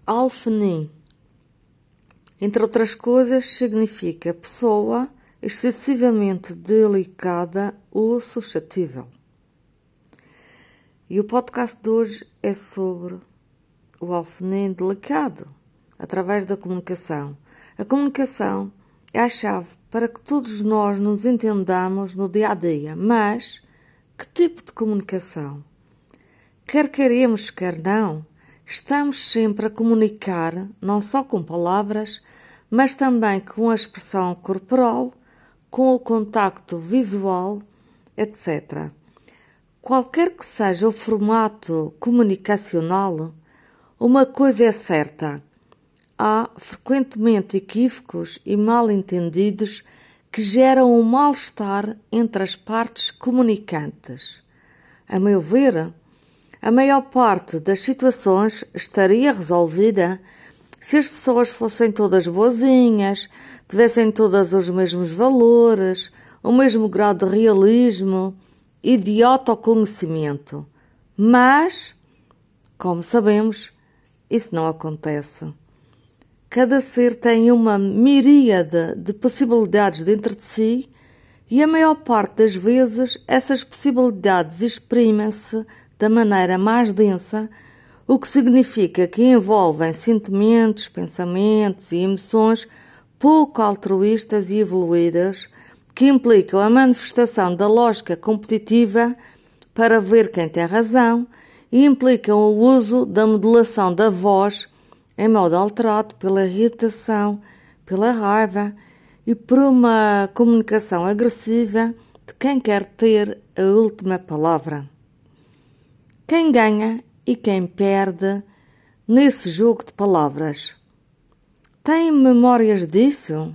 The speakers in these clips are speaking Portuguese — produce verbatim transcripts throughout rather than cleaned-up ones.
Alfenim, entre outras coisas, significa pessoa excessivamente delicada ou suscetível. E o podcast de hoje é sobre o alfenim delicado, através da comunicação. A comunicação é a chave para que todos nós nos entendamos no dia a dia, mas que tipo de comunicação? Quer queremos, quer não, estamos sempre a comunicar, não só com palavras, mas também com a expressão corporal, com o contacto visual, etcétera. Qualquer que seja o formato comunicacional, uma coisa é certa: há frequentemente equívocos e mal-entendidos que geram um mal-estar entre as partes comunicantes. A meu ver, a maior parte das situações estaria resolvida se as pessoas fossem todas boazinhas, tivessem todas os mesmos valores, o mesmo grau de realismo e de autoconhecimento. Mas, como sabemos, isso não acontece. Cada ser tem uma miríade de possibilidades dentro de si e a maior parte das vezes essas possibilidades exprimem-se da maneira mais densa, o que significa que envolvem sentimentos, pensamentos e emoções pouco altruístas e evoluídas, que implicam a manifestação da lógica competitiva para ver quem tem razão e implicam o uso da modulação da voz em modo alterado pela irritação, pela raiva e por uma comunicação agressiva de quem quer ter a última palavra. Quem ganha e quem perde nesse jogo de palavras? Têm memórias disso?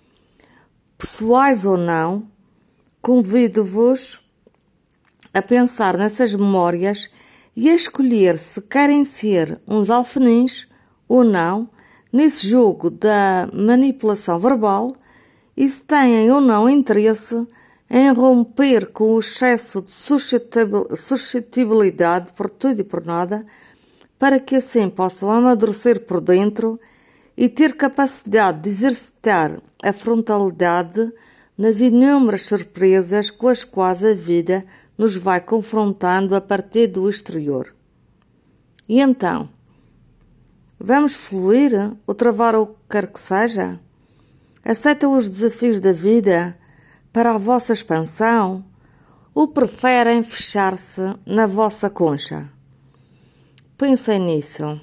Pessoais ou não, convido-vos a pensar nessas memórias e a escolher se querem ser uns alfenins ou não nesse jogo da manipulação verbal e se têm ou não interesse em romper com o excesso de suscetibilidade por tudo e por nada, para que assim possam amadurecer por dentro e ter capacidade de exercitar a frontalidade nas inúmeras surpresas com as quais a vida nos vai confrontando a partir do exterior. E então, vamos fluir ou travar o que quer que seja? Aceitam os desafios da vida para a vossa expansão ou preferem fechar-se na vossa concha? Pensem nisso.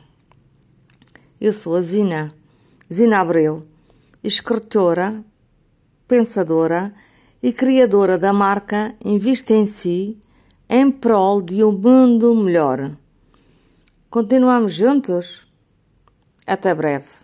Eu sou a Zina, Zina Abreu, escritora, pensadora e criadora da marca Invista em Si em prol de um mundo melhor. Continuamos juntos? Até breve.